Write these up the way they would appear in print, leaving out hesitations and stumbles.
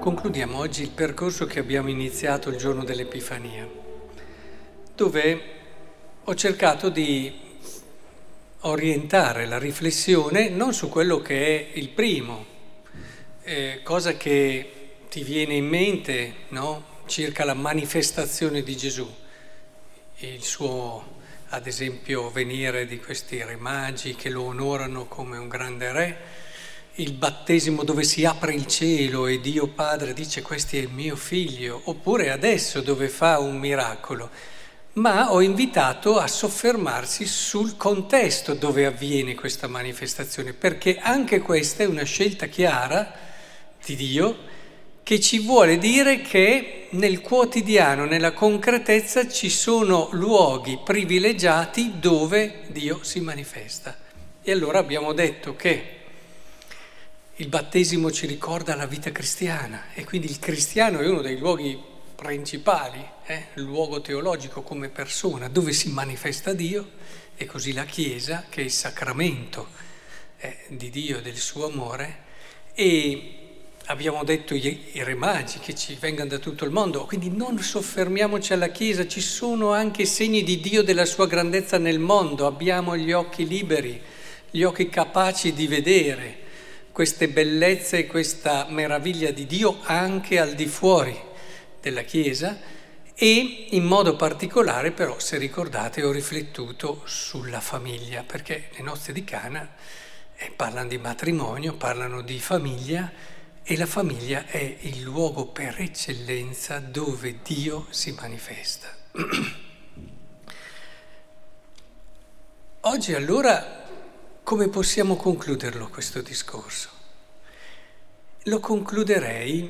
Concludiamo oggi il percorso che abbiamo iniziato il giorno dell'Epifania, dove ho cercato di orientare la riflessione non su quello che è il primo, cosa che ti viene in mente, no? Circa la manifestazione di Gesù, il suo, ad esempio, venire di questi re magi che lo onorano come un grande re, il battesimo dove si apre il cielo e Dio Padre dice questo è il mio figlio, oppure adesso dove fa un miracolo. Ma ho invitato a soffermarsi sul contesto dove avviene questa manifestazione, perché anche questa è una scelta chiara di Dio che ci vuole dire che nel quotidiano, nella concretezza, ci sono luoghi privilegiati dove Dio si manifesta. E allora abbiamo detto che il battesimo ci ricorda la vita cristiana e quindi il cristiano è uno dei luoghi principali, il luogo teologico come persona, dove si manifesta Dio, e così la Chiesa, che è il sacramento di Dio e del suo amore, e abbiamo detto i re magi che ci vengano da tutto il mondo, quindi non soffermiamoci alla Chiesa, ci sono anche segni di Dio, della sua grandezza nel mondo, abbiamo gli occhi liberi, gli occhi capaci di vedere queste bellezze e questa meraviglia di Dio anche al di fuori della Chiesa, e in modo particolare però, se ricordate, ho riflettuto sulla famiglia, perché le nozze di Cana parlano di matrimonio, parlano di famiglia, e la famiglia è il luogo per eccellenza dove Dio si manifesta. Oggi allora come possiamo concluderlo questo discorso? Lo concluderei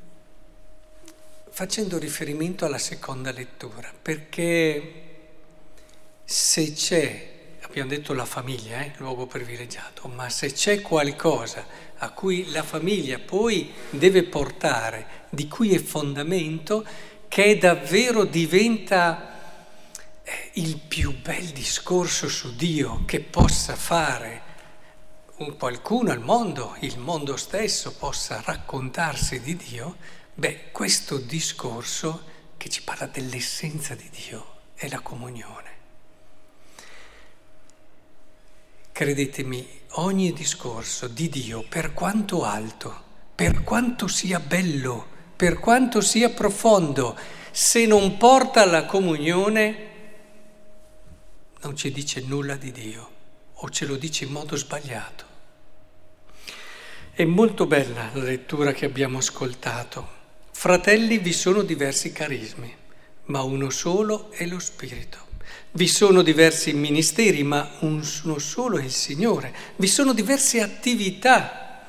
facendo riferimento alla seconda lettura, perché se c'è, abbiamo detto la famiglia, luogo privilegiato, ma se c'è qualcosa a cui la famiglia poi deve portare, di cui è fondamento, che davvero diventa il più bel discorso su Dio che possa fare qualcuno al mondo, il mondo stesso possa raccontarsi di Dio, questo discorso che ci parla dell'essenza di Dio è la comunione. Credetemi, ogni discorso di Dio, per quanto alto, per quanto sia bello, per quanto sia profondo, se non porta alla comunione, non ci dice nulla di Dio, o ce lo dice in modo sbagliato. È molto bella la lettura che abbiamo ascoltato. Fratelli, vi sono diversi carismi, ma uno solo è lo Spirito. Vi sono diversi ministeri, ma uno solo è il Signore. Vi sono diverse attività,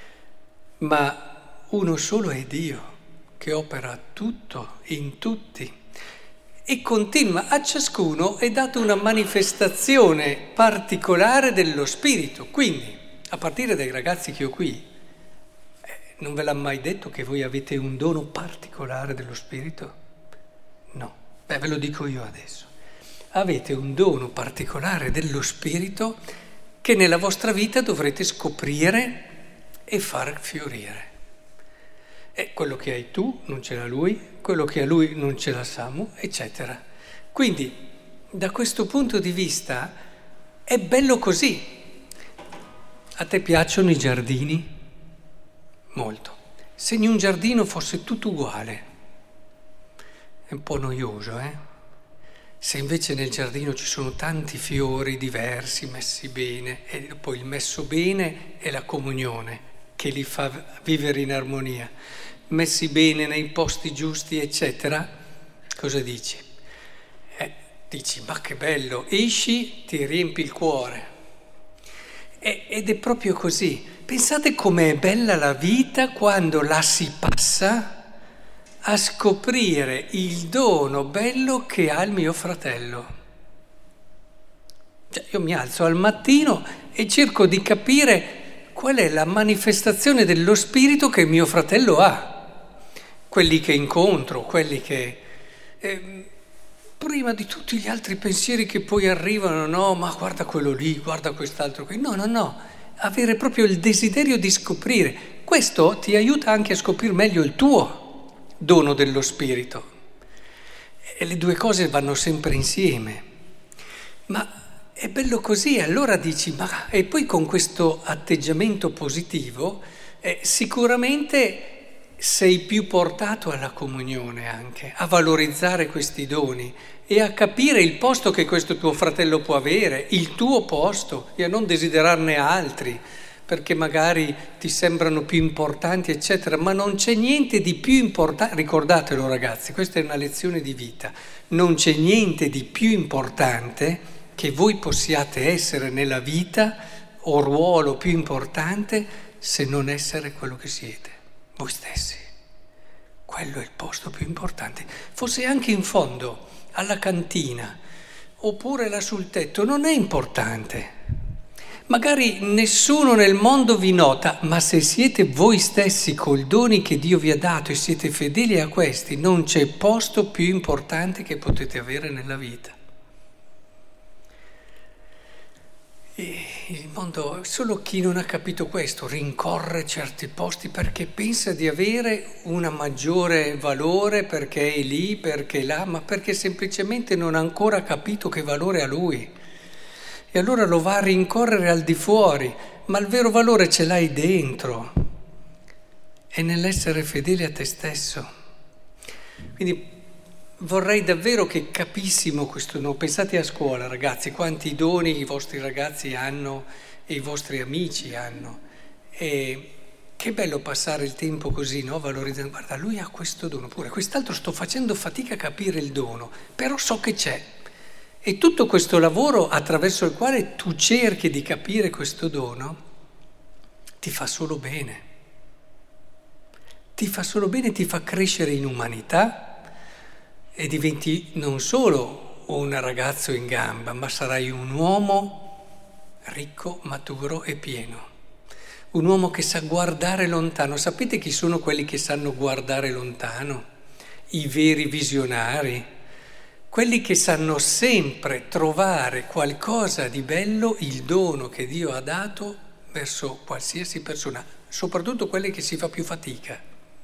ma uno solo è Dio, che opera tutto in tutti. E continua, a ciascuno è data una manifestazione particolare dello Spirito. Quindi, a partire dai ragazzi che ho qui, non ve l'ha mai detto che voi avete un dono particolare dello Spirito? No, ve lo dico io adesso. Avete un dono particolare dello Spirito che nella vostra vita dovrete scoprire e far fiorire. E quello che hai tu non ce l'ha lui, quello che ha lui non ce l'ha Samu, eccetera. Quindi, da questo punto di vista, è bello così. A te piacciono i giardini? Molto. Se in un giardino fosse tutto uguale, è un po' noioso, Se invece nel giardino ci sono tanti fiori diversi, messi bene, e poi il messo bene è la comunione che li fa vivere in armonia, messi bene nei posti giusti, eccetera, cosa dici? Dici, ma che bello, esci, ti riempi il cuore. Ed è proprio così. Pensate com'è bella la vita quando la si passa a scoprire il dono bello che ha il mio fratello. Cioè, io mi alzo al mattino e cerco di capire qual è la manifestazione dello Spirito che mio fratello ha. Quelli che incontro, quelli che... prima di tutti gli altri pensieri che poi arrivano, no, ma guarda quello lì, guarda quest'altro qui. No. Avere proprio il desiderio di scoprire questo ti aiuta anche a scoprire meglio il tuo dono dello Spirito. E le due cose vanno sempre insieme. Ma è bello così, allora dici, ma e poi con questo atteggiamento positivo sicuramente sei più portato alla comunione anche, a valorizzare questi doni e a capire il posto che questo tuo fratello può avere, il tuo posto, e a non desiderarne altri, perché magari ti sembrano più importanti, eccetera, ma non c'è niente di più importante, ricordatelo ragazzi, questa è una lezione di vita, non c'è niente di più importante che voi possiate essere nella vita o ruolo più importante se non essere quello che siete, voi stessi. Quello è il posto più importante, fosse anche in fondo, alla cantina, oppure là sul tetto, non è importante. Magari nessuno nel mondo vi nota, ma se siete voi stessi col doni che Dio vi ha dato e siete fedeli a questi, non c'è posto più importante che potete avere nella vita. E il mondo, solo chi non ha capito questo rincorre certi posti perché pensa di avere un maggiore valore, perché è lì, perché è là, ma perché semplicemente non ha ancora capito che valore ha lui. E allora lo va a rincorrere al di fuori, ma il vero valore ce l'hai dentro, è nell'essere fedele a te stesso. Quindi vorrei davvero che capissimo questo dono. Pensate a scuola, ragazzi, quanti doni i vostri ragazzi hanno e i vostri amici hanno. E che bello passare il tempo così, no? Valorizzando, guarda, lui ha questo dono, pure quest'altro sto facendo fatica a capire il dono, però so che c'è. E tutto questo lavoro attraverso il quale tu cerchi di capire questo dono ti fa solo bene. Ti fa solo bene, ti fa crescere in umanità e diventi non solo un ragazzo in gamba, ma sarai un uomo ricco, maturo e pieno. Un uomo che sa guardare lontano. Sapete chi sono quelli che sanno guardare lontano? I veri visionari. Quelli che sanno sempre trovare qualcosa di bello, il dono che Dio ha dato verso qualsiasi persona, soprattutto quelli che si fa più fatica.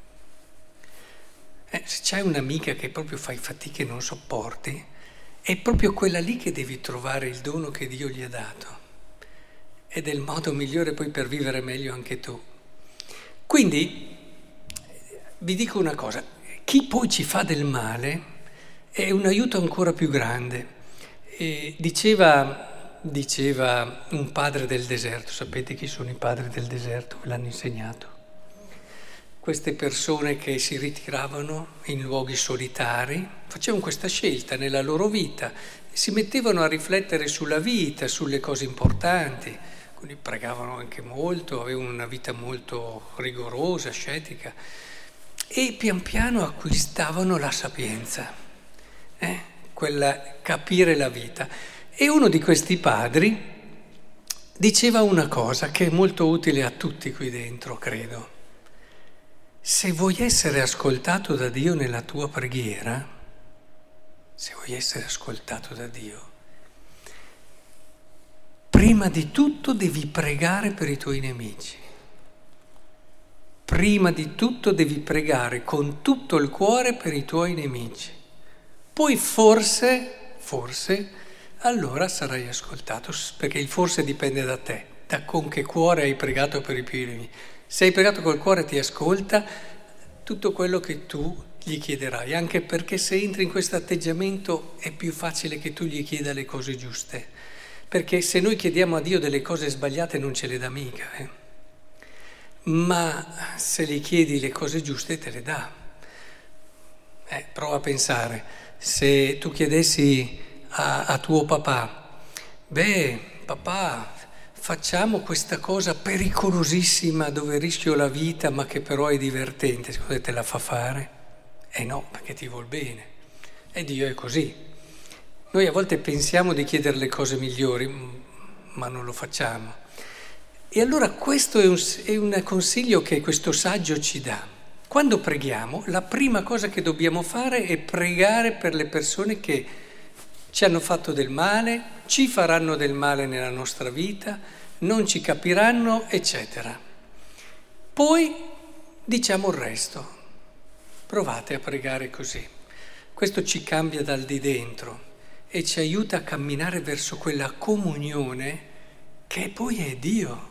Se c'hai un'amica che proprio fai fatica e non sopporti, è proprio quella lì che devi trovare il dono che Dio gli ha dato. Ed è il modo migliore poi per vivere meglio anche tu. Quindi vi dico una cosa, chi poi ci fa del male è un aiuto ancora più grande. E diceva un padre del deserto, sapete chi sono i padri del deserto? Ve l'hanno insegnato. Queste persone che si ritiravano in luoghi solitari, facevano questa scelta nella loro vita, si mettevano a riflettere sulla vita, sulle cose importanti, quindi pregavano anche molto, avevano una vita molto rigorosa, ascetica, e pian piano acquistavano la sapienza, quella capire la vita. E uno di questi padri diceva una cosa che è molto utile a tutti qui dentro, credo. Se vuoi essere ascoltato da Dio nella tua preghiera, se vuoi essere ascoltato da Dio, prima di tutto devi pregare per i tuoi nemici. Prima di tutto devi pregare con tutto il cuore per i tuoi nemici. Poi forse, allora sarai ascoltato, perché il forse dipende da te, da con che cuore hai pregato per i tuoi nemici. Se hai pregato col cuore ti ascolta tutto quello che tu gli chiederai, anche perché se entri in questo atteggiamento è più facile che tu gli chieda le cose giuste, perché se noi chiediamo a Dio delle cose sbagliate non ce le dà mica, ma se gli chiedi le cose giuste te le dà. Prova a pensare, se tu chiedessi a tuo papà, papà, facciamo questa cosa pericolosissima dove rischio la vita ma che però è divertente, secondo te la fa fare? No, perché ti vuol bene. E Dio è così. Noi a volte pensiamo di chiedere le cose migliori, ma non lo facciamo. E allora questo è un consiglio che questo saggio ci dà. Quando preghiamo, la prima cosa che dobbiamo fare è pregare per le persone che ci hanno fatto del male, ci faranno del male nella nostra vita, non ci capiranno, eccetera. Poi diciamo il resto. Provate a pregare così. Questo ci cambia dal di dentro e ci aiuta a camminare verso quella comunione che poi è Dio.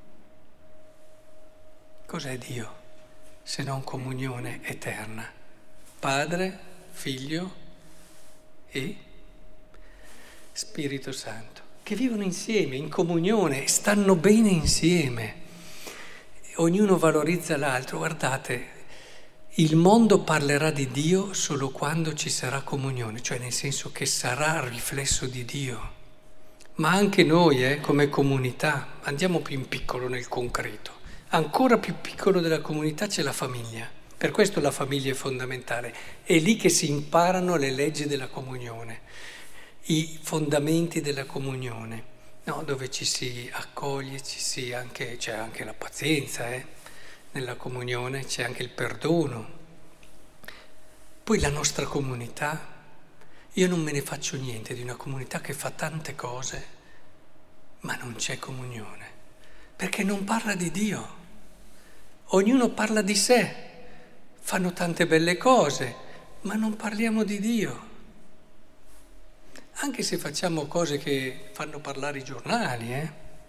Cos'è Dio se non comunione eterna? Padre, Figlio e Spirito Santo, che vivono insieme, in comunione, stanno bene insieme. Ognuno valorizza l'altro. Guardate, il mondo parlerà di Dio solo quando ci sarà comunione, cioè nel senso che sarà riflesso di Dio. Ma anche noi, come comunità, andiamo più in piccolo nel concreto. Ancora più piccolo della comunità c'è la famiglia. Per questo la famiglia è fondamentale. È lì che si imparano le leggi della comunione, i fondamenti della comunione, no? Dove ci si accoglie, c'è anche la pazienza, nella comunione c'è anche il perdono. Poi la nostra comunità, io non me ne faccio niente di una comunità che fa tante cose, ma non c'è comunione, perché non parla di Dio. Ognuno parla di sé, fanno tante belle cose, ma non parliamo di Dio. Anche se facciamo cose che fanno parlare i giornali,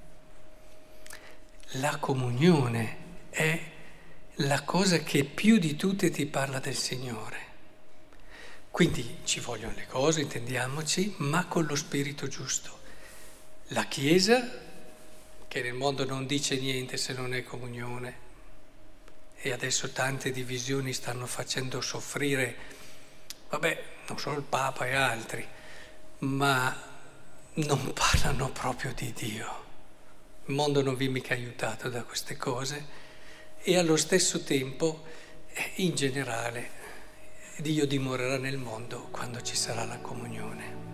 La comunione è la cosa che più di tutte ti parla del Signore. Quindi ci vogliono le cose, intendiamoci, ma con lo spirito giusto. La Chiesa, che nel mondo non dice niente se non è comunione, e adesso tante divisioni stanno facendo soffrire, non solo il Papa e altri, ma non parlano proprio di Dio. Il mondo non vi è mica aiutato da queste cose e allo stesso tempo, in generale, Dio dimorerà nel mondo quando ci sarà la comunione.